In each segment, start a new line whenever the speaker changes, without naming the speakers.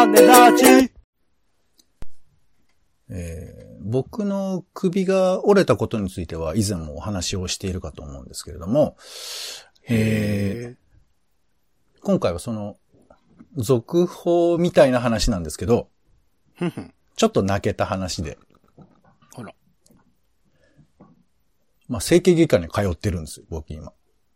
種立ち。
僕の首が折れたことについては以前もお話をしているかと思うんですけれども、今回はその続報みたいな話なんですけど、ちょっと泣けた話で。
あら。
まあ、整形外科に通ってるんですよ、僕今。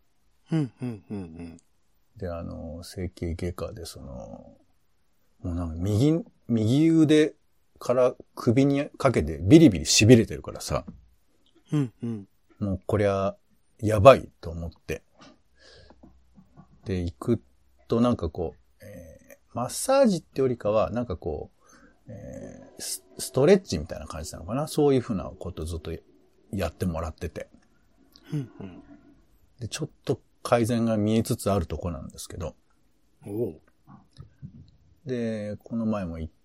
で、整形外科でもうなんか右腕から首にかけてビリビリ痺れてるからさ。もうこりゃ、やばいと思って。で、行くとなんかこう、マッサージってよりかは、なんかこう、ストレッチみたいな感じなのかな。そういうふうなことずっとやってもらってて。で、ちょっと改善が見えつつあるとこなんですけど。で、この前も行って、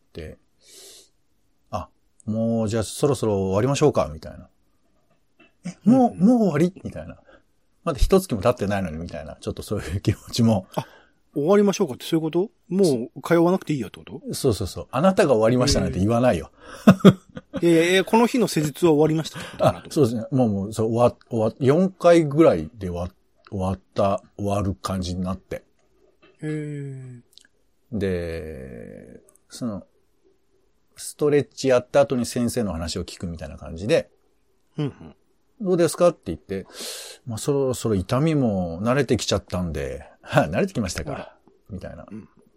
もうじゃあそろそろ終わりましょうかみたいな。もう終わりみたいな。まだ一月も経ってないのにみたいな。ちょっとそういう気持ちも。
終わりましょうかってそういうこと？もう通わなくていいよってこと？
そう。あなたが終わりましたなんて言わないよ。
いや、この日の施術は終わりましたってことかなと。
そうですね。もう、終わ4回ぐらいで終わる感じになって。で、ストレッチやった後に先生の話を聞くみたいな感じで、どうですかって言って、まあ、そろそろ痛みも慣れてきちゃったんで、慣れてきましたかみたいな。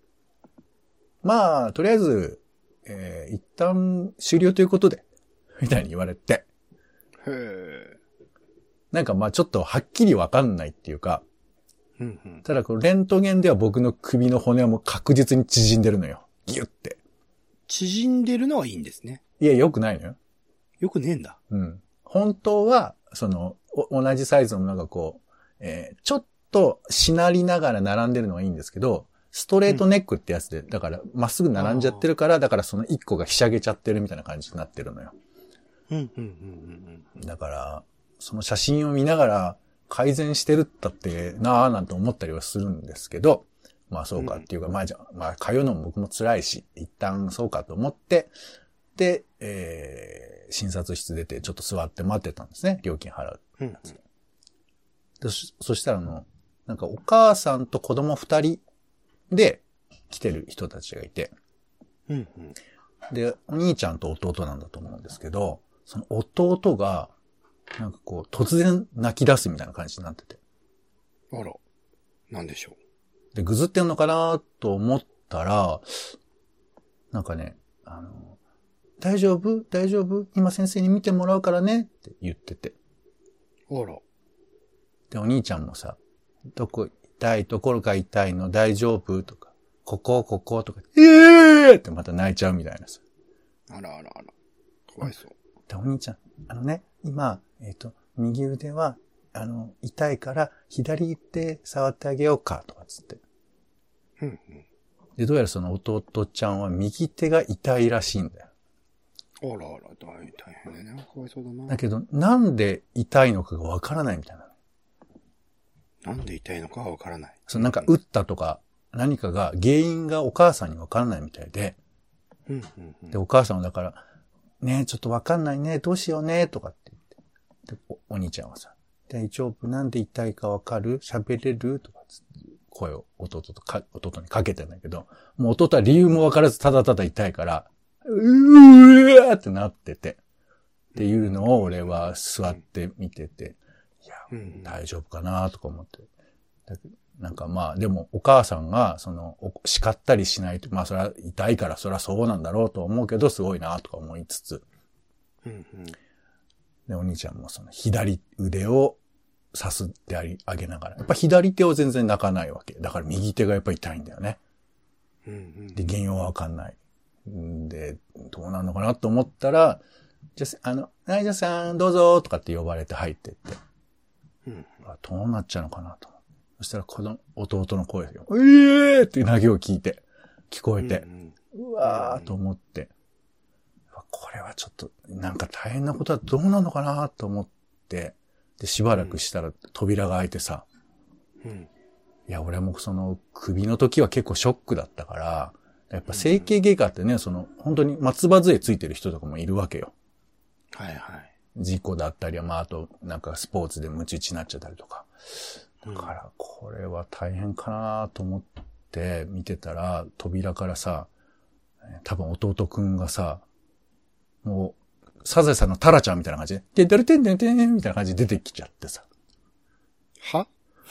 まあ、とりあえず、一旦終了ということで、みたいに言われて。なんかまあちょっとはっきりわかんないっていうか、ただこのレントゲンでは僕の首の骨はもう確実に縮んでるのよ。ギュって。
縮んでるのはいいんですね。
いや、良くないのよ。
よくねえんだ。
本当は、同じサイズのなんかこう、ちょっとしなりながら並んでるのはいいんですけど、ストレートネックってやつで、だからまっすぐ並んじゃってるから、だからその一個がひしゃげちゃってるみたいな感じになってるのよ。だから、その写真を見ながら改善してるったってなぁなんて思ったりはするんですけど、まあそうかっていうか、まあ通うのも僕も辛いし、一旦そうかと思って、で、診察室出てちょっと座って待ってたんですね。料金払う。でそしたらなんかお母さんと子供2人で来てる人たちがいて、で、お兄ちゃんと弟なんだと思うんですけど、その弟が、なんかこう、突然泣き出すみたいな感じになってて。
あら、なんでしょ
う。で、ぐずってんのかなと思ったら、なんかね、大丈夫今先生に見てもらうからねって言ってて。
あら。
で、お兄ちゃんもさ、痛いところが痛いの大丈夫とか、こことか、ってまた泣いちゃうみたいなさ。
あら。かわいそう。
で、お兄ちゃん、今、右腕は、痛いから、左手触ってあげようか、とかつって。で、どうやらその弟ちゃんは右手が痛いらしいんだよ。
あら、大変だね。かわいそうだな。
だけど、なんで痛いのかがわからないみたいな。
なんで痛いのかはわからない。
なんか、打ったとか、何かが、原因がお母さんにわからないみたいで。で、お母さんはだから、ねえ、ちょっとわかんないね、どうしようね、とかって言って。で、お兄ちゃんはさ、大丈夫、なんで痛いかわかる？喋れる？とかつって声を弟にかけてんだけど、もう弟は理由もわからずただただ痛いから、うーってなってて。っていうのを俺は座って見てて、いや、大丈夫かなとか思って。だけどなんかまあ、でもお母さんが、叱ったりしないと、まあそれは痛いからそれはそうなんだろうと思うけど、すごいなとか思いつつ。で、お兄ちゃんも左腕をさすってあげながら。やっぱ左手は全然泣かないわけ。だから右手がやっぱ痛いんだよね。で、原因はわかんない。で、どうなるのかなと思ったら、じゃあ、ナイジャさんどうぞとかって呼ばれて入ってって。どうなっちゃうのかなと。そしたら弟の声よ。っていう投げを聞こえて。うわーと思って。これはちょっと、なんか大変なことはどうなのかなと思って。で、しばらくしたら扉が開いてさ。いや、俺も首の時は結構ショックだったから、 やっぱ整形外科ってね、本当に松葉杖ついてる人とかもいるわけよ。
はいはい。
事故だったりは、あと、なんかスポーツでムチ打ちになっちゃったりとか。だから、これは大変かなと思って見てたら、扉からさ、多分弟くんがさ、もう、サザエさんのタラちゃんみたいな感じで、てんてんてんてんみたいな感じで出てきちゃってさ。
は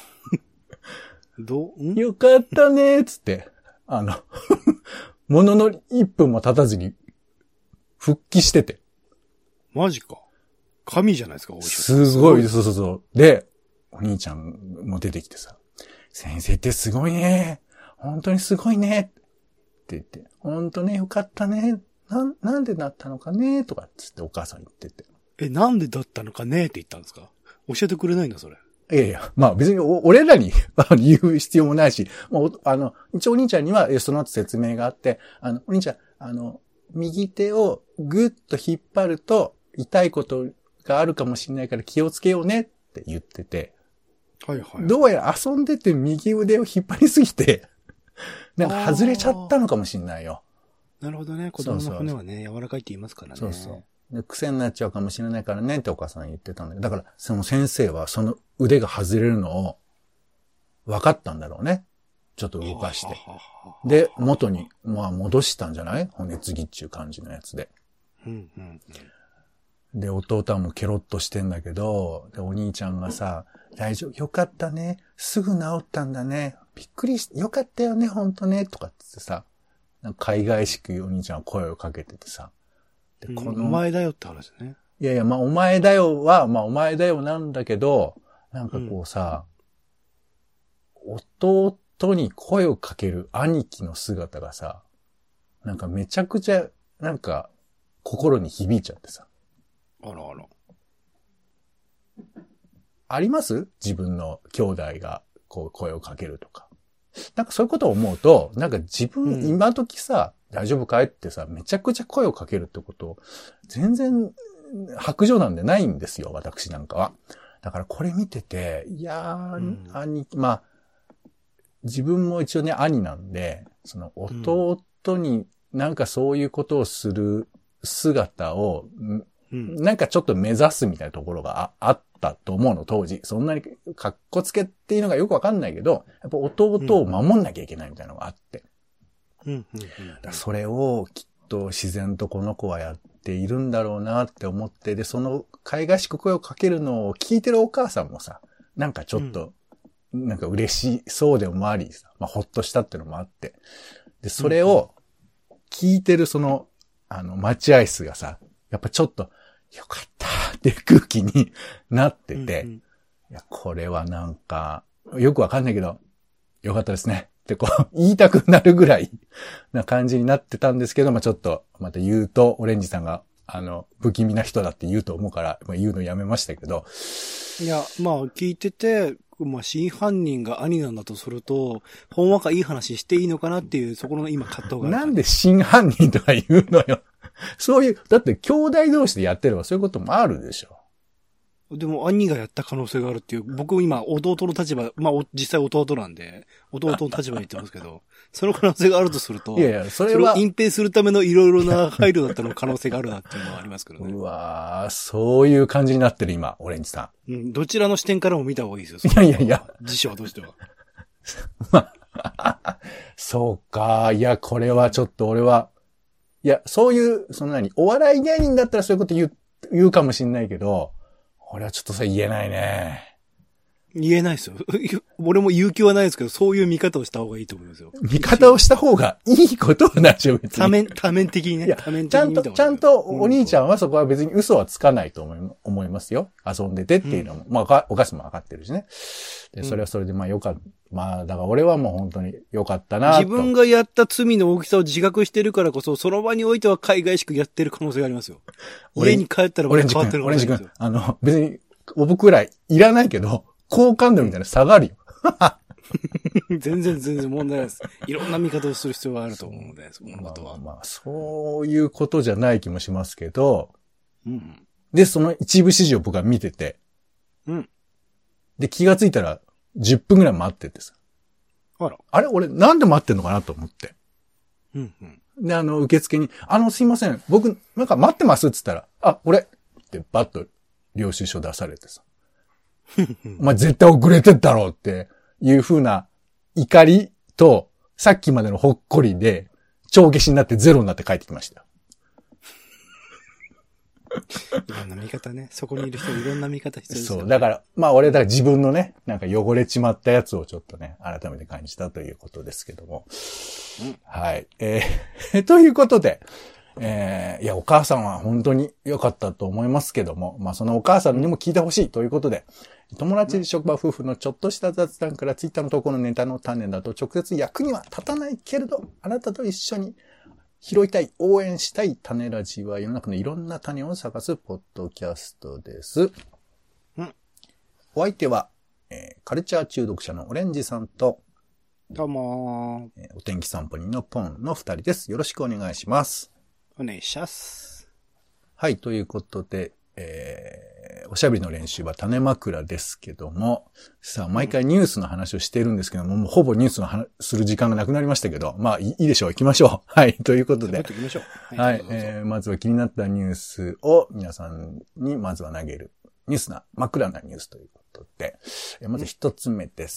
よかったねーつって、ものの1分も経たずに、復帰してて。
マジか。神じゃないですか、お医者
さん。すごい、そう。で、お兄ちゃんも出てきてさ、先生ってすごいね。本当にすごいね。って言って、本当ね、よかったね。なんでだったのかねとかつってお母さん言ってて。
なんでだったのかねって言ったんですか？教えてくれないんだ、それ。
いや、別に俺らに言う必要もないし、一応お兄ちゃんにはその後説明があって、お兄ちゃん、右手をぐっと引っ張ると痛いことがあるかもしれないから気をつけようねって言ってて、
はいはい。
どうやら遊んでて右腕を引っ張りすぎて、なんか外れちゃったのかもしれないよ。
なるほどね。子供の骨はね、柔らかいって言いますからね。
そう。で、癖になっちゃうかもしれないからねってお母さん言ってたんだけど、だからその先生はその腕が外れるのを分かったんだろうね。ちょっと動かして。で、元に、戻したんじゃない？骨継ぎっていう感じのやつで。で、弟はもうケロッとしてんだけど、で、お兄ちゃんがさ、大丈夫、よかったね。すぐ治ったんだね。びっくりよかったよね、ほんとね。とかってさ、なんか海外しくお兄ちゃんは声をかけててさ。
で、お前だよって話ね。
いや、お前だよは、お前だよなんだけど、なんかこうさ、弟に声をかける兄貴の姿がさ、なんかめちゃくちゃ、なんか、心に響いちゃってさ。
あらあら。
あります自分の兄弟がこう声をかけるとか。なんかそういうことを思うと、なんか自分、今時さ、大丈夫かいってさ、めちゃくちゃ声をかけるってこと、全然白状なんでないんですよ、私なんかは。だからこれ見てて、いやー、兄、自分も一応ね、兄なんで、その弟になんかそういうことをする姿を、なんかちょっと目指すみたいなところが あったと思うの、当時。そんなにかっこつけっていうのがよくわかんないけど、やっぱ弟を守んなきゃいけないみたいなのがあって。それをきっと自然とこの子はやっているんだろうなって思って、で、その海外しく声をかけるのを聞いてるお母さんもさ、なんかちょっと、なんか嬉しそうでもありさ、ほっとしたっていうのもあって。で、それを聞いてるその、待合室がさ、やっぱちょっと、よかったっていう空気になってて、いや、これはなんか、よくわかんないけど、よかったですねってこう、言いたくなるぐらいな感じになってたんですけど、ちょっと、また言うと、オレンジさんが、不気味な人だって言うと思うから、言うのやめましたけど。
いや、聞いてて、真犯人が兄なんだとすると、ほんわかいい話していいのかなっていう、そこの今葛藤がある。
なんで真犯人とか言うのよ。そういう、だって兄弟同士でやってればそういうこともあるでしょ。
でも兄がやった可能性があるっていう、僕今弟の立場、実際弟なんで、弟の立場に言ってますけど、その可能性があるとすると、
いや、それ
を隠蔽するためのいろいろな配慮だったの可能性があるなっていうのはありますけどね。
うわー、そういう感じになってる今、オレンジさ
ん。どちらの視点からも見た方がいいです
よ。いや。
辞書としては。
そうか。いや、これはちょっと俺は、いや、そういう、お笑い芸人だったらそういうこと言うかもしんないけど、俺はちょっとそれ言えないね。
言えないですよ。俺も言う気はないですけど、そういう見方をした方がいいと思いますよ。
見方をした方がいいことはないでしょ、別に。
多面的にね。
いや、ちゃんとお兄ちゃんはそこは別に嘘はつかないと思いますよ。遊んでてっていうのも。お母さんも分かってるしね。で、それはそれでよかった。だから俺はもう本当によかったなと。
自分がやった罪の大きさを自覚してるからこそ、その場においては海外しくやってる可能性がありますよ。家に帰ったら変わってる可能性がありますよ。
別に、僕らいらないけど、好感度みたいな下がるよ。
全然問題ないです。いろんな見方をする必要があると思うので、そのことは。
そういうことじゃない気もしますけど、で、その一部始終を僕は見てて、で、気がついたら10分ぐらい待っててさ。あれ俺なんで待ってんのかなと思って。
うんうん。
で、受付に、すいません、僕、なんか待ってますって言ったら、あ、俺ってバッと領収書出されてさ。お前絶対遅れてったろうっていう風な怒りと、さっきまでのほっこりで、帳消しになってゼロになって帰ってきましたよ。
いろんな見方ね。そこにいる人いろんな見方必要ですよね。
そう。だから、まあ俺、だから自分のね、なんか汚れちまったやつをちょっとね、改めて感じたということですけども。
うん、
はい。ということで、いや、お母さんは本当に良かったと思いますけども、まあそのお母さんにも聞いてほしいということで、友達、職場、夫婦のちょっとした雑談からツイッターの投稿のネタの種だと直接役には立たないけれど、あなたと一緒に拾いたい、応援したい種ラジは世の中のいろんな種を探すポッドキャストです。
うん、
お相手は、カルチャー中毒者のオレンジさんと、
どうも
お天気散歩人のポンの二人です。よろしくお願いします。
お願いします。
はい、ということで、おしゃべりの練習は種枕ですけども、さあ、毎回ニュースの話をしているんですけども、もうほぼニュースの話する時間がなくなりましたけど、まあいいでしょう、行きましょう。はい、ということで。
行きましょう。
はい、まずは気になったニュースを皆さんにまずは投げる。ニュースな、枕なニュースということで、まず一つ目です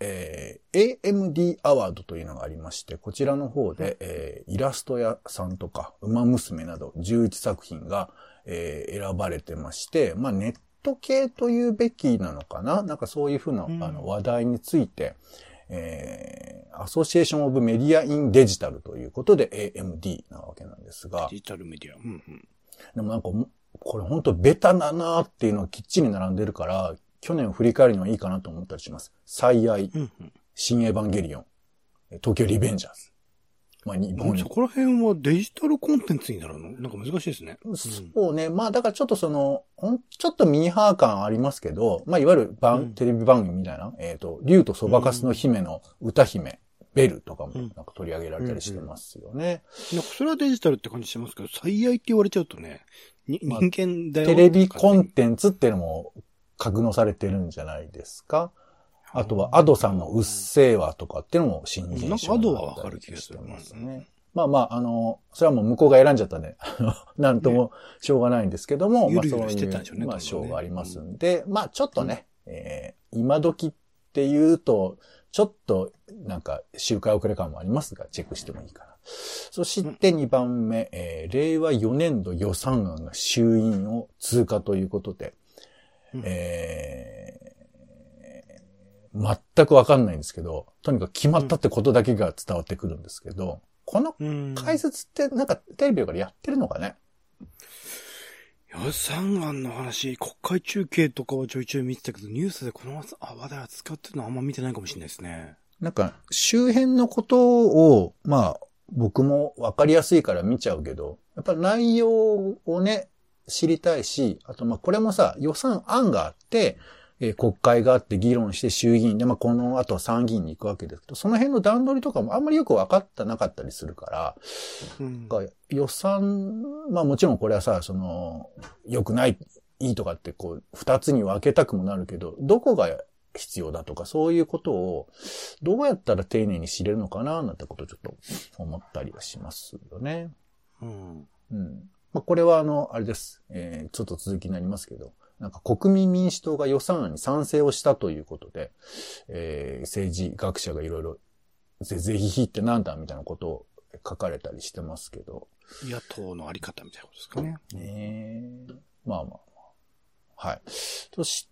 。AMD アワードというのがありまして、こちらの方で、イラスト屋さんとか、馬娘など11作品が、選ばれてまして、まあネット系というべきなのかな、なんかそういうふうな、話題について、アソシエーションオブメディアインデジタルということで AMD なわけなんですが。
デジタルメディア。うんうん、
でもなんか、これ本当ベタだなーっていうのがきっちり並んでるから、去年を振り返るにはいいかなと思ったりします。最愛、新エヴァンゲリオン、東京リベンジャーズ。まあ日本に。
そこら辺はデジタルコンテンツになるの？なんか難しいですね。
そうね。まあだからちょっとちょっとミーハー感ありますけど、まあいわゆるテレビ番組みたいな、竜とそばかすの姫の歌姫、ベルとかもなんか取り上げられたりしてますよね。
なんかそれはデジタルって感じしてますけど、最愛って言われちゃうとね、人間だよ、
テレビコンテンツっていうのも格納されてるんじゃないですか。あとは、アドさんのうっせぇわとかっていうのも新人賞
アドはわかる気がする
ますね。まあまあ、それはもう向こうが選んじゃったんで、なんともしょうがないんですけども、まあそういう、まあ賞がありますんで、まあちょっとね、今時っていうと、ちょっとなんか周回遅れ感もありますが、チェックしてもいいかな。そして2番目、令和4年度予算案が衆院を通過ということで、全くわかんないんですけど、とにかく決まったってことだけが伝わってくるんですけど、この解説ってなんかテレビからやってるのかね？
予算案の話、国会中継とかはちょいちょい見てたけど、ニュースでこの話題扱ってるのはあんま見てないかもしれないですね。
なんか、周辺のことを、まあ、僕もわかりやすいから見ちゃうけど、やっぱ内容をね、知りたいし、あとまあこれもさ、予算案があって、国会があって議論して衆議院で、まあこの後参議院に行くわけですけど、その辺の段取りとかもあんまりよく分かってなかったりするから、予算、まあもちろんこれはさ、良くない、いいとかってこう、二つに分けたくもなるけど、どこが必要だとか、そういうことを、どうやったら丁寧に知れるのかな、なんてことをちょっと思ったりはしますよね。まあこれはあれです。ちょっと続きになりますけど、なんか国民民主党が予算案に賛成をしたということで、政治学者がいろいろ是非ってなんだみたいなことを書かれたりしてますけど。
野党のあり方みたいなことですかね。
まあまあまあ。はい。そして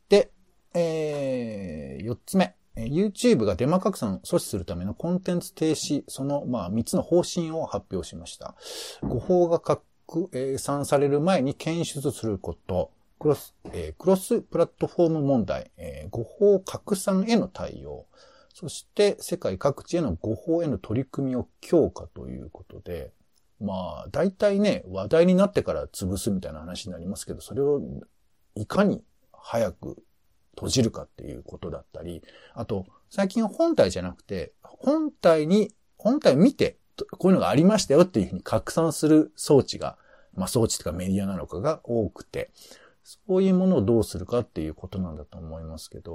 、4つ目。YouTube がデマ拡散を阻止するためのコンテンツ停止、その、まあ、3つの方針を発表しました。誤報が拡散される前に検出すること、クロスプラットフォーム問題、誤報拡散への対応、そして世界各地への誤報への取り組みを強化ということで、まあ、大体ね、話題になってから潰すみたいな話になりますけど、それをいかに早く閉じるかっていうことだったり、あと、最近は本体じゃなくて、本体を見て、こういうのがありましたよっていうふうに拡散する装置が、まあ装置とかメディアなのかが多くて、そういうものをどうするかっていうことなんだと思いますけど、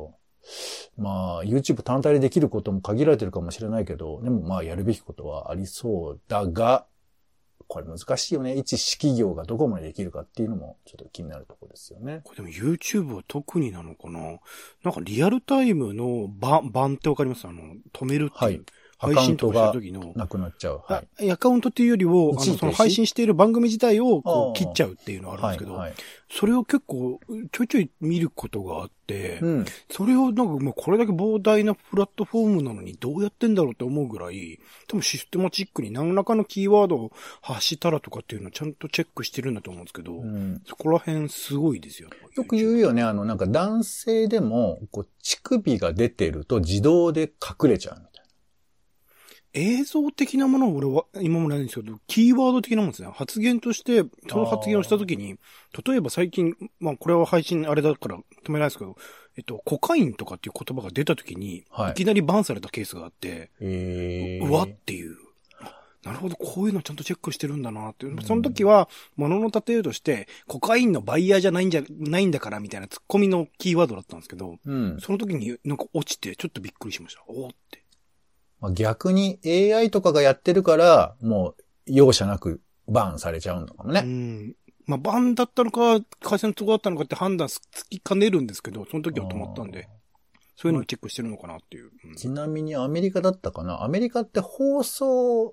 まあ、YouTube 単体でできることも限られてるかもしれないけど、でもまあ、やるべきことはありそうだが、これ難しいよね。一企業がどこまでできるかっていうのもちょっと気になるところですよね。
これでも YouTube は特になのかな。なんかリアルタイムの版ってわかります？止めるっていう。はい。配信とかした時の。
なくなっちゃう。はい。
アカウントっていうよりも、その配信している番組自体をこう切っちゃうっていうのがあるんですけど、はいはい、それを結構ちょいちょい見ることがあって、うん、それをなんかもうこれだけ膨大なプラットフォームなのにどうやってんだろうって思うぐらい、多分システマチックに何らかのキーワードを発したらとかっていうのをちゃんとチェックしてるんだと思うんですけど、うん、そこら辺すごいですよ。
よく言うよね、なんか男性でも、こう、乳首が出てると自動で隠れちゃうみたいな。
映像的なものを俺は今もないんですけど、キーワード的なものですね。発言として、その発言をしたときに、例えば最近、まあこれは配信あれだから止めないですけど、コカインとかっていう言葉が出たときに、はい、いきなりバンされたケースがあって、うわっていう。なるほど、こういうのちゃんとチェックしてるんだなって。その時は、物の例えとして、コカインのバイヤーじゃないんだからみたいなツッコミのキーワードだったんですけど、うん、その時になんか落ちてちょっとびっくりしました。おーって。
逆に AI とかがやってるから、もう容赦なくバンされちゃうのかもね。
まあ、バンだったのか、会社の都合だったのかって判断つきかねるんですけど、その時は止まったんで、そういうのをチェックしてるのかなっていう。
ちなみにアメリカだったかな？アメリカって放送って、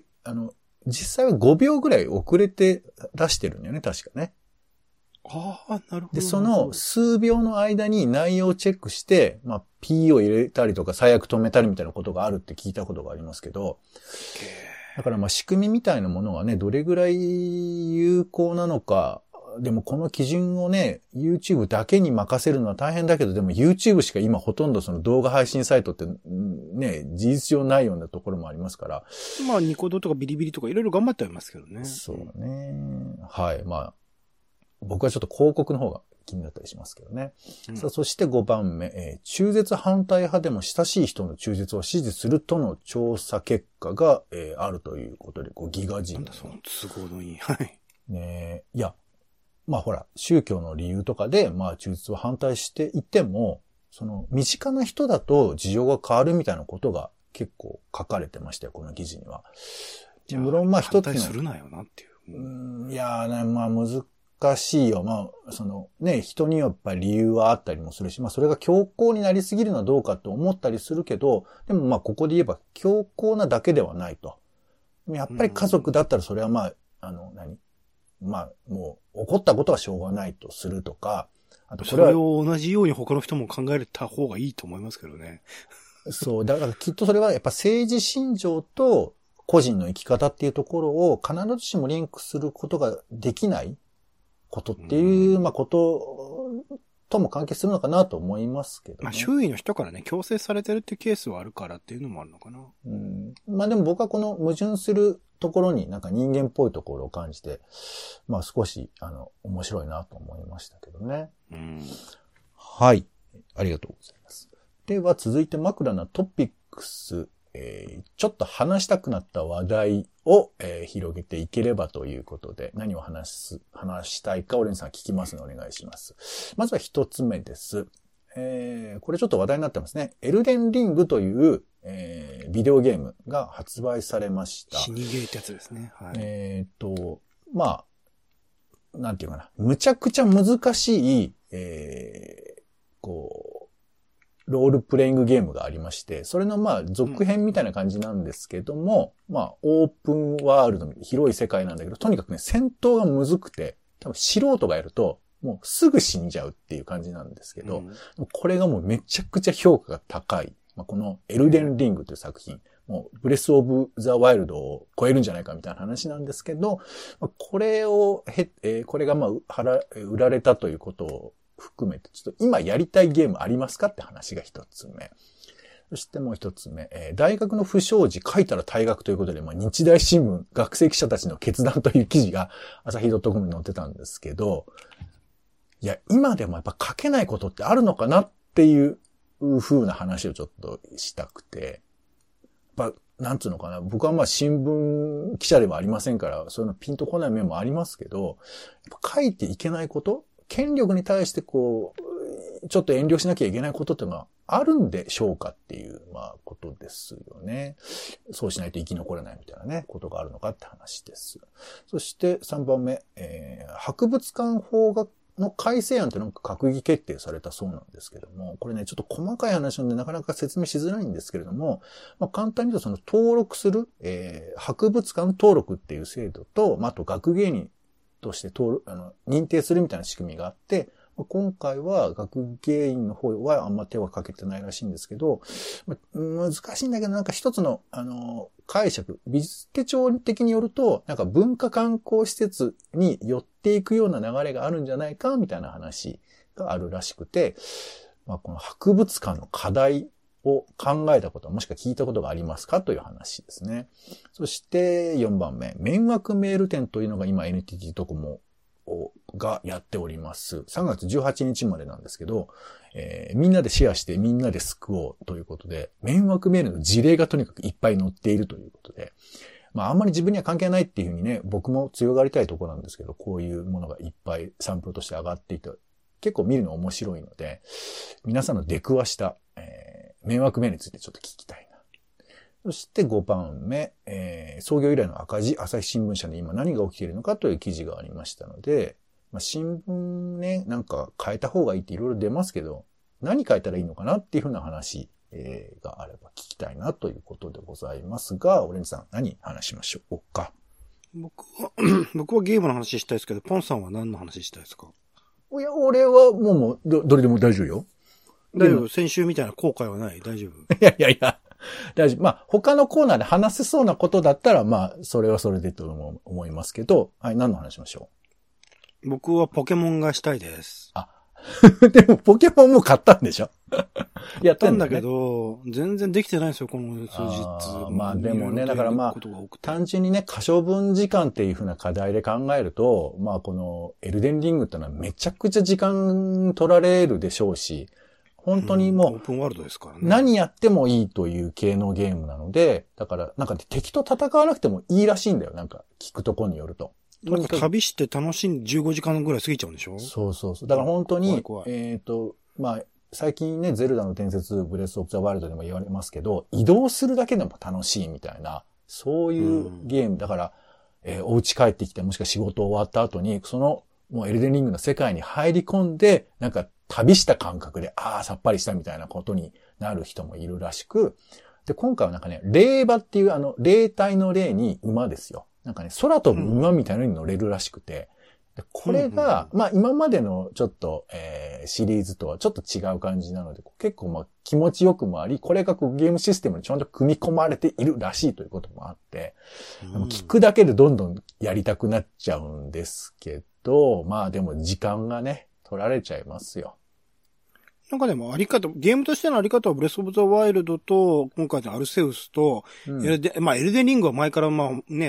実際は5秒ぐらい遅れて出してるんだよね、確かね。
ああ、なるほど。
で、その数秒の間に内容をチェックして、まあ、P を入れたりとか最悪止めたりみたいなことがあるって聞いたことがありますけど、だからまあ仕組みみたいなものがね、どれぐらい有効なのか、でもこの基準をね、YouTube だけに任せるのは大変だけど、でも YouTube しか今ほとんどその動画配信サイトってね、事実上ないようなところもありますから。
まあニコ動とかビリビリとかいろいろ頑張ってはいますけどね。
そうね。はい。まあ、僕はちょっと広告の方が気になったりしますけどね。うん、さあ、そして5番目、中絶反対派でも親しい人の中絶を支持するとの調査結果が、あるということで、こうギガ人。
なんだその都合のいい。はい。
ねいや、まあほら、宗教の理由とかで、まあ中絶を反対していても、その身近な人だと事情が変わるみたいなことが結構書かれてましたよ、この記事には。
無論まあ一つの。反対するなよなっていう。
いやーね、まあ難しいよ。まあ、そのね、人にはやっぱり理由はあったりもするし、まあそれが強硬になりすぎるのはどうかと思ったりするけど、でもまあここで言えば強硬なだけではないと。やっぱり家族だったらそれはまあ、まあもう起こったことはしょうがないとするとか、あと
それを同じように他の人も考えた方がいいと思いますけどね。
そう、だからきっとそれはやっぱ政治信条と個人の生き方っていうところを必ずしもリンクすることができないことっていう、まあ、こととも関係するのかなと思いますけどね。
まあ、周囲の人からね、強制されてるっていうケースはあるからっていうのもあるのかな。
まあでも僕はこの矛盾するところになんか人間っぽいところを感じて、まあ少し、面白いなと思いましたけどね。はい。ありがとうございます。では続いて枕なトピックス。ちょっと話したくなった話題を、広げていければということで、何を話したいかオレンさん聞きますのでお願いします。まずは一つ目です。これちょっと話題になってますね。エルデンリングという、ビデオゲームが発売されました。
死にゲーってやつですね。はい。
まあ、なんていうかな。むちゃくちゃ難しい、ロールプレイングゲームがありまして、それのまあ続編みたいな感じなんですけども、まあオープンワールドの広い世界なんだけど、とにかくね、戦闘がむずくて、多分素人がやると、もうすぐ死んじゃうっていう感じなんですけど、これがもうめちゃくちゃ評価が高い。まあ、このエルデンリングという作品、もうブレスオブザワイルドを超えるんじゃないかみたいな話なんですけど、これがまあ売られたということを含めて、ちょっと今やりたいゲームありますかって話が一つ目。そしてもう一つ目、大学の不祥事書いたら退学ということで、まあ、日大新聞学生記者たちの決断という記事が朝日.comに載ってたんですけど、いや、今でもやっぱ書けないことってあるのかなっていう風な話をちょっとしたくて、やっぱ、なんつうのかな、僕はまあ新聞記者ではありませんから、そういうのピンとこない面もありますけど、やっぱ書いていけないこと、権力に対してこう、 ちょっと遠慮しなきゃいけないことっていうのはあるんでしょうかっていう、ことですよね。そうしないと生き残れないみたいなね、ことがあるのかって話です。そして3番目、博物館法の改正案ってなんか閣議決定されたそうなんですけども、これね、ちょっと細かい話なんでなかなか説明しづらいんですけれども、簡単に言うとその登録する、博物館登録っていう制度と、あと学芸員として認定するみたいな仕組みがあって、今回は学芸員の方はあんま手はかけてないらしいんですけど、難しいんだけどなんか一つの、解釈、美術手帳的によると、なんか文化観光施設に寄っていくような流れがあるんじゃないかみたいな話があるらしくて、この博物館の課題を考えたことはもしくは聞いたことがありますかという話ですね。そして4番目、迷惑メール展というのが今 NTT ドコモがやっております。3月18日までなんですけど、みんなでシェアしてみんなで救おうということで、迷惑メールの事例がとにかくいっぱい載っているということで、あんまり自分には関係ないっていうふうにね、僕も強がりたいところなんですけど、こういうものがいっぱいサンプルとして上がっていて、結構見るの面白いので、皆さんの出くわした、迷惑メールについてちょっと聞きたいな。そして5番目、創業以来の赤字、朝日新聞社で今何が起きているのかという記事がありましたので、新聞ね、なんか変えた方がいいっていろいろ出ますけど、何変えたらいいのかなっていうふうな話、があれば聞きたいなということでございますが、オレンジさん何話しましょうか。
僕はゲームの話したいですけど、ポンさんは何の話したいですか？
いや、俺はもうどれでも大丈夫よ。
大丈夫。先週みたいな後悔はない。大丈夫。
いや。大丈夫。他のコーナーで話せそうなことだったら、それはそれでと思いますけど、はい、何の話しましょ
う。僕はポケモンがしたいです。
でもポケモンも買ったんでしょ？
やったんだけど、全然できてないんですよ、この数日。
でもね、だから単純にね、可処分時間っていう風な課題で考えると、このエルデンリングってのはめちゃくちゃ時間取られるでしょうし、本当にもう、
オープンワールドですからね。
何やってもいいという系のゲームなので、だからなんか敵と戦わなくてもいいらしいんだよ、なんか聞くとこによると。
なんか旅して楽しんで15時間ぐらい過ぎちゃうんでしょ？
そう。だから本当に、
怖い
最近ね、ゼルダの伝説、ブレスオブザワイルドでも言われますけど、移動するだけでも楽しいみたいな、そういうゲーム。だから、お家帰ってきて、もしくは仕事終わった後に、もうエルデンリングの世界に入り込んで、なんか旅した感覚で、さっぱりしたみたいなことになる人もいるらしく、で、今回はなんかね、霊馬っていう霊体の霊に馬ですよ。なんかね、空飛ぶ馬みたいなのに乗れるらしくて、でこれが、今までのちょっと、シリーズとはちょっと違う感じなので、結構気持ちよくもあり、これがゲームシステムにちゃんと組み込まれているらしいということもあって、聞くだけでどんどんやりたくなっちゃうんですけど、でも時間がね、取られちゃいますよ。
なんかでもゲームとしてのあり方はブレスオブザワイルドと、今回のアルセウスと、エルデンリングは前からデ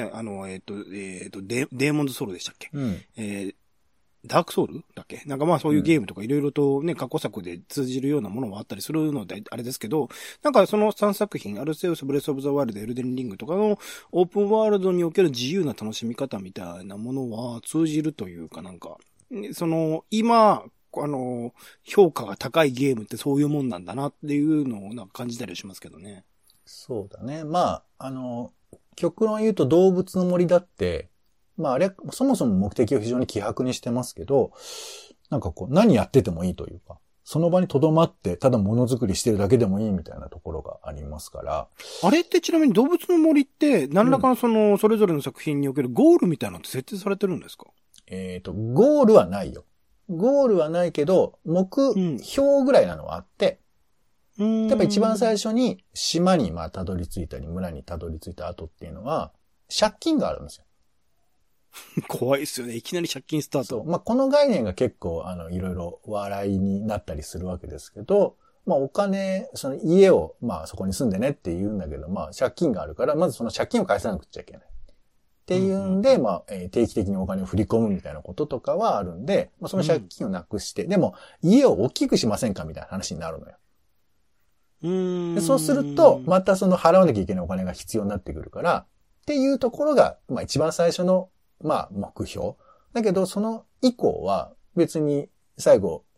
ーモンズソウルでしたっけ？ダークソウルだっけ？なんかそういうゲームとかいろいろとね、過去作で通じるようなものもあったりするので、あれですけど、なんかその3作品、アルセウス、ブレスオブザワイルド、エルデンリングとかのオープンワールドにおける自由な楽しみ方みたいなものは通じるというかなんか、今、評価が高いゲームってそういうもんなんだなっていうのをなんか感じたりしますけどね。
そうだね。極論言うと動物の森だって、あれ、そもそも目的を非常に希薄にしてますけど、なんか何やっててもいいというか、その場に留まって、ただ物作りしてるだけでもいいみたいなところがありますから。
あれってちなみに動物の森って、何らかのそれぞれの作品におけるゴールみたいなのって設定されてるんですか？
ゴールはないよ。ゴールはないけど、目標ぐらいなのはあって、やっぱ一番最初に島にたどり着いたり、村にたどり着いた後っていうのは、借金があるんですよ。
怖いですよね。いきなり借金スタート。
そう。この概念が結構、いろいろ笑いになったりするわけですけど、お金、その家を、そこに住んでねって言うんだけど、借金があるから、まずその借金を返さなくちゃいけない。っていうんで、定期的にお金を振り込むみたいなこととかはあるんで、その借金をなくして、でも、家を大きくしませんかみたいな話になるのよ。でそうすると、またその払わなきゃいけないお金が必要になってくるから、っていうところが、一番最初の、目標。だけど、その以降は、別に、最後、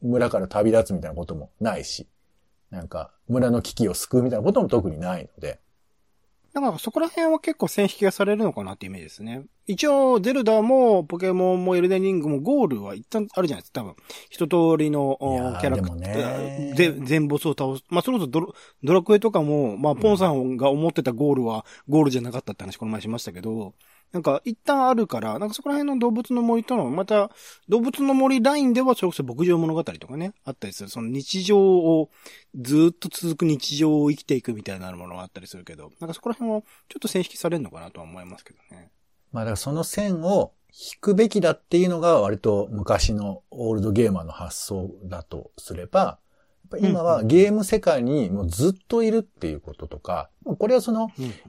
村から旅立つみたいなこともないし、なんか村の危機を救うみたいなことも特にないので。
だからそこら辺は結構線引きがされるのかなってイメージですね。一応、ゼルダもポケモンもエルデンリングもゴールは一旦あるじゃないですか、多分。一通りのキャラクター、全ボスを倒す。まあ、それこそドラクエとかも、まあ、ポンさんが思ってたゴールはゴールじゃなかったって話この前しましたけど、なんか一旦あるから、なんかそこら辺の動物の森との、また、動物の森ラインではそれこそ牧場物語とかね、あったりする。その日常を、ずっと続く日常を生きていくみたいなものがあったりするけど、なんかそこら辺はちょっと線引きされるのかなとは思いますけどね。
まあだからその線を引くべきだっていうのが割と昔のオールドゲーマーの発想だとすれば、やっぱ今はゲーム世界にもうずっといるっていうこととか、これはその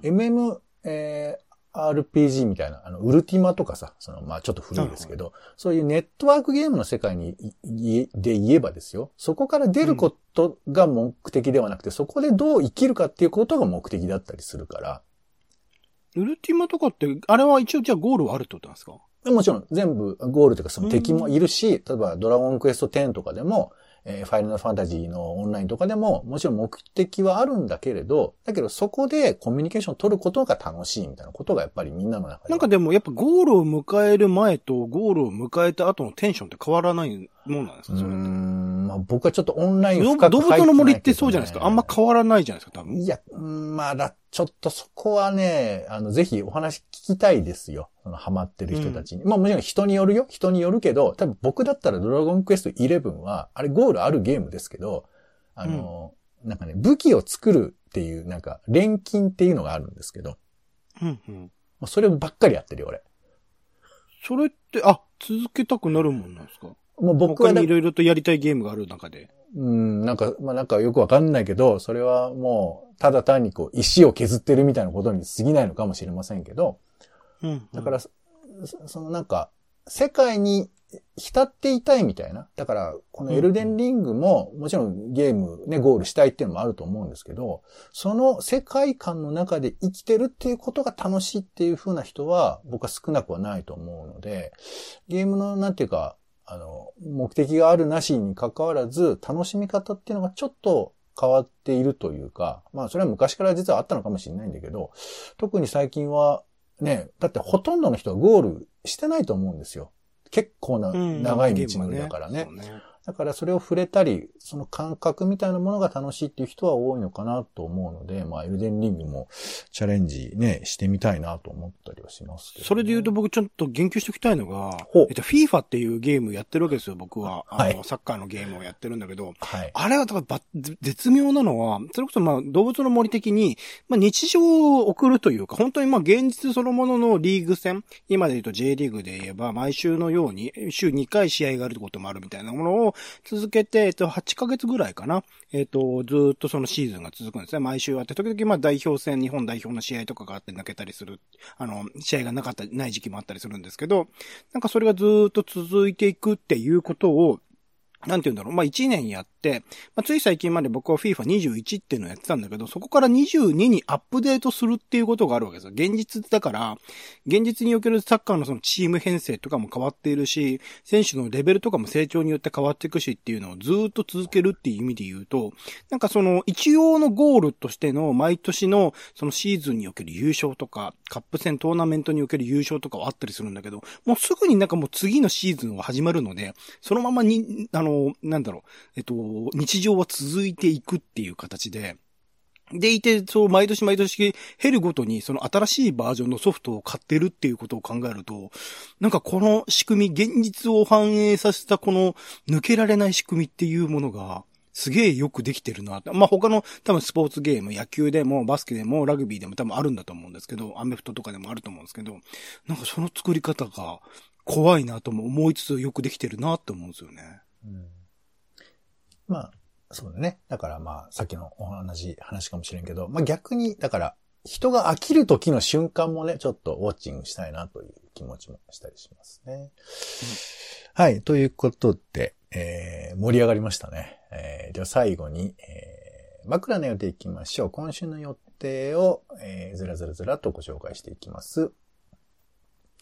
RPG みたいな、ウルティマとかさ、まあちょっと古いですけど、そういうネットワークゲームの世界にで言えばですよ、そこから出ることが目的ではなくて、そこでどう生きるかっていうことが目的だったりするから。
ウルティマとかって、あれは一応じゃあゴールはあるってことなんですか？
もちろん全部ゴールというかその敵もいるし、例えばドラゴンクエスト10とかでも、ファイナルファンタジーのオンラインとかでも、もちろん目的はあるんだけれど、だけどそこでコミュニケーションを取ることが楽しいみたいなことがやっぱりみんなの中で。
なんかでもやっぱゴールを迎える前とゴールを迎えた後のテンションって変わらないもんなんですか？それって。
まあ僕はちょっとオンライン深く入ってないけど、ね。
動物の森ってそうじゃないですか。あんま変わらないじゃないですか、多分。
いや、まあちょっとそこはね、ぜひお話聞きたいですよ。ハマってる人たちに。まあもちろん人によるよ。人によるけど、多分僕だったらドラゴンクエスト11は、あれゴールあるゲームですけど、なんかね、武器を作るっていう、なんか、錬金っていうのがあるんですけど、そればっかりやってるよ、俺。
それって、続けたくなるもんなんですか？
もう僕は
他にいろいろとやりたいゲームがある中で。
なんか、まあなんかよくわかんないけど、それはもう、ただ単に石を削ってるみたいなことに過ぎないのかもしれませんけど、だから、なんか、世界に浸っていたいみたいな。だから、このエルデンリングも、もちろんゲームね、ゴールしたいっていうのもあると思うんですけど、その世界観の中で生きてるっていうことが楽しいっていう風な人は、僕は少なくはないと思うので、ゲームのなんていうか、目的があるなしに関わらず、楽しみ方っていうのがちょっと変わっているというか、まあそれは昔から実はあったのかもしれないんだけど、特に最近はね、だってほとんどの人はゴールしてないと思うんですよ。結構な長い道のりだからね。だからそれを触れたり、その感覚みたいなものが楽しいっていう人は多いのかなと思うので、まあエルデンリングもチャレンジね、してみたいなと思ったりはしますけど、ね。
それで言うと僕ちょっと言及しておきたいのが、FIFA っていうゲームやってるわけですよ、僕は。サッカーのゲームをやってるんだけど、あれはだから絶妙なのは、それこそまあ動物の森的に、まあ日常を送るというか、本当にまあ現実そのもののリーグ戦、今で言うと J リーグで言えば、毎週のように、週2回試合があることもあるみたいなものを続けて、8ヶ月ぐらいかな。ずーっとそのシーズンが続くんですね。毎週あって、時々まあ代表戦、日本代表の試合とかがあって泣けたりする。試合がない時期もあったりするんですけど、なんかそれがずーっと続いていくっていうことを、なんて言うんだろう。まあ、1年やって、まあ、つい最近まで僕は FIFA21 っていうのをやってたんだけど、そこから22にアップデートするっていうことがあるわけですよ。現実だから、現実におけるサッカーのそのチーム編成とかも変わっているし、選手のレベルとかも成長によって変わっていくしっていうのをずーっと続けるっていう意味で言うと、なんかその一応のゴールとしての毎年のそのシーズンにおける優勝とか、カップ戦トーナメントにおける優勝とかはあったりするんだけど、もうすぐになんかもう次のシーズンは始まるので、そのままに、なんだろう、日常は続いていくっていう形で、いて、そう、毎年毎年減るごとに、その新しいバージョンのソフトを買ってるっていうことを考えると、なんかこの仕組み、現実を反映させたこの抜けられない仕組みっていうものが、すげえよくできてるなって。まあ、他の多分スポーツゲーム、野球でもバスケでもラグビーでも多分あるんだと思うんですけど、アメフトとかでもあると思うんですけど、なんかその作り方が怖いなとも思いつつよくできてるなって思うんですよね。
まあ、そうだね。だからまあ、さっきの同じ話かもしれんけど、まあ逆に、だから、人が飽きる時の瞬間もね、ちょっとウォッチングしたいなという気持ちもしたりしますね。はい。ということで、盛り上がりましたね。では最後に、枕の予定いきましょう。今週の予定を、ずらずらとご紹介していきます。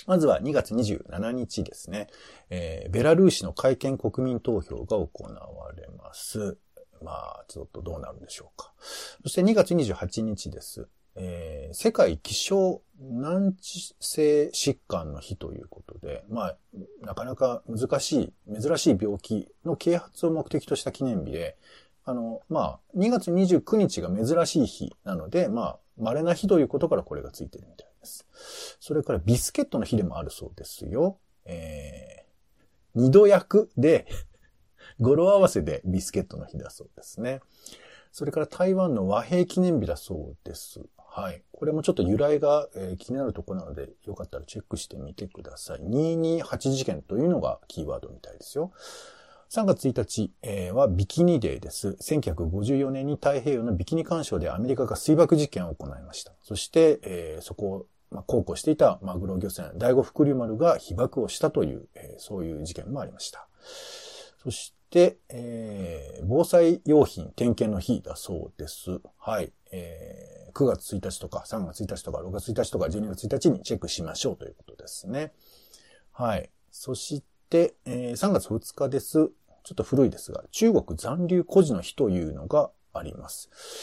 まずは2月27日ですね。ベラルーシの改憲国民投票が行われます。まあ、ちょっとどうなるんでしょうか。そして2月28日です。世界希少難治性疾患の日ということで、まあ、なかなか珍しい病気の啓発を目的とした記念日で、まあ、2月29日が珍しい日なので、まあ、稀な日ということからこれがついているみたいです。それからビスケットの日でもあるそうですよ。二度焼くで、語呂合わせでビスケットの日だそうですね。それから台湾の和平記念日だそうです。はい。これもちょっと由来が、気になるところなので、よかったらチェックしてみてください。228事件というのがキーワードみたいですよ。3月1日、はビキニデーです。1954年に太平洋のビキニ環礁でアメリカが水爆実験を行いました。そして、そこを、航行していたマグロ漁船、第五福竜丸が被爆をしたという、そういう事件もありました。そして、防災用品点検の日だそうです。はい。9月1日とか3月1日とか6月1日とか12月1日にチェックしましょうということですね。はい。そして、3月2日です。ちょっと古いですが、中国残留孤児の日というのがあります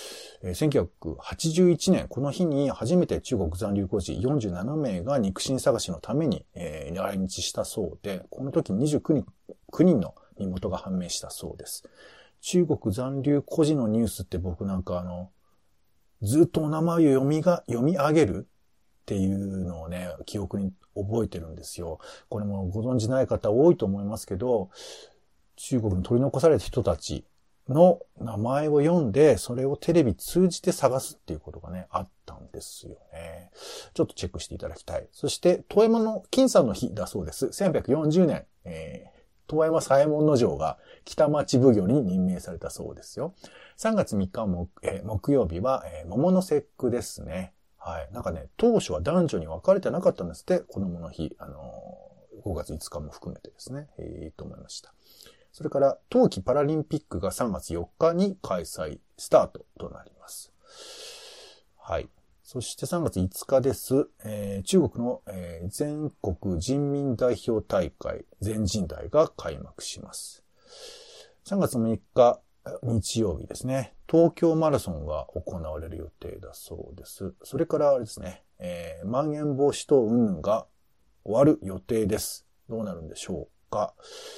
。1981年、この日に初めて中国残留孤児47名が肉親探しのために、来日したそうで、この時29人の身元が判明したそうです。中国残留孤児のニュースって僕なんかずっとお名前を読み上げるっていうのをね、記憶に覚えてるんですよ。これもご存知ない方多いと思いますけど、中国に取り残された人たちの名前を読んで、それをテレビ通じて探すっていうことがね、あったんですよね。ちょっとチェックしていただきたい。そして、遠山の金さんの日だそうです。1840年、遠山左衛門尉が北町奉行に任命されたそうですよ。3月3日も、木曜日は、桃の節句ですね。はい。なんかね、当初は男女に分かれてなかったんですって、子供の日。5月5日も含めてですね。と思いました。それから、冬季パラリンピックが3月4日に開催スタートとなります。はい。そして3月5日です。中国の、全国人民代表大会全人代が開幕します。3月6日日曜日ですね。東京マラソンが行われる予定だそうです。それからあれですね。まん延防止等云々が終わる予定です。どうなるんでしょうか。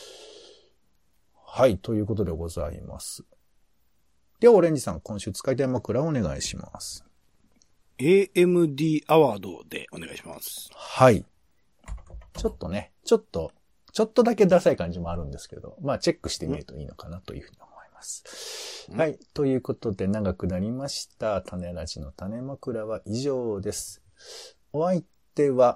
はい、ということでございます。では、オレンジさん、今週使いたい枕をお願いします。
AMD アワードでお願いします。
はい。ちょっとね、ちょっとだけダサい感じもあるんですけど、まあ、チェックしてみるといいのかなというふうに思います。はい。ということで、長くなりました。種ラジの種枕は以上です。お相手は、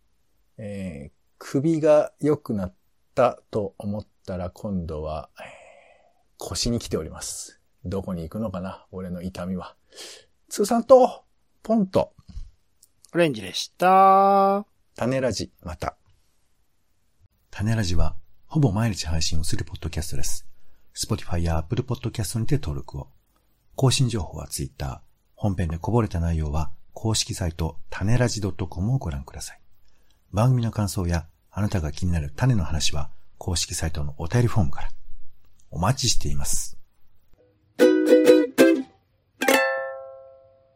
首が良くなったと思ったら今度は、腰に来ております。どこに行くのかな俺の痛みは。通算と、ポンと。
オレンジでした。
種ラジ、また。種ラジは、ほぼ毎日配信をするポッドキャストです。Spotify や Apple Podcast にて登録を。更新情報は Twitter。本編でこぼれた内容は、公式サイト、種ラジ .com をご覧ください。番組の感想や、あなたが気になる種の話は、公式サイトのお便りフォームから。お待ちしています。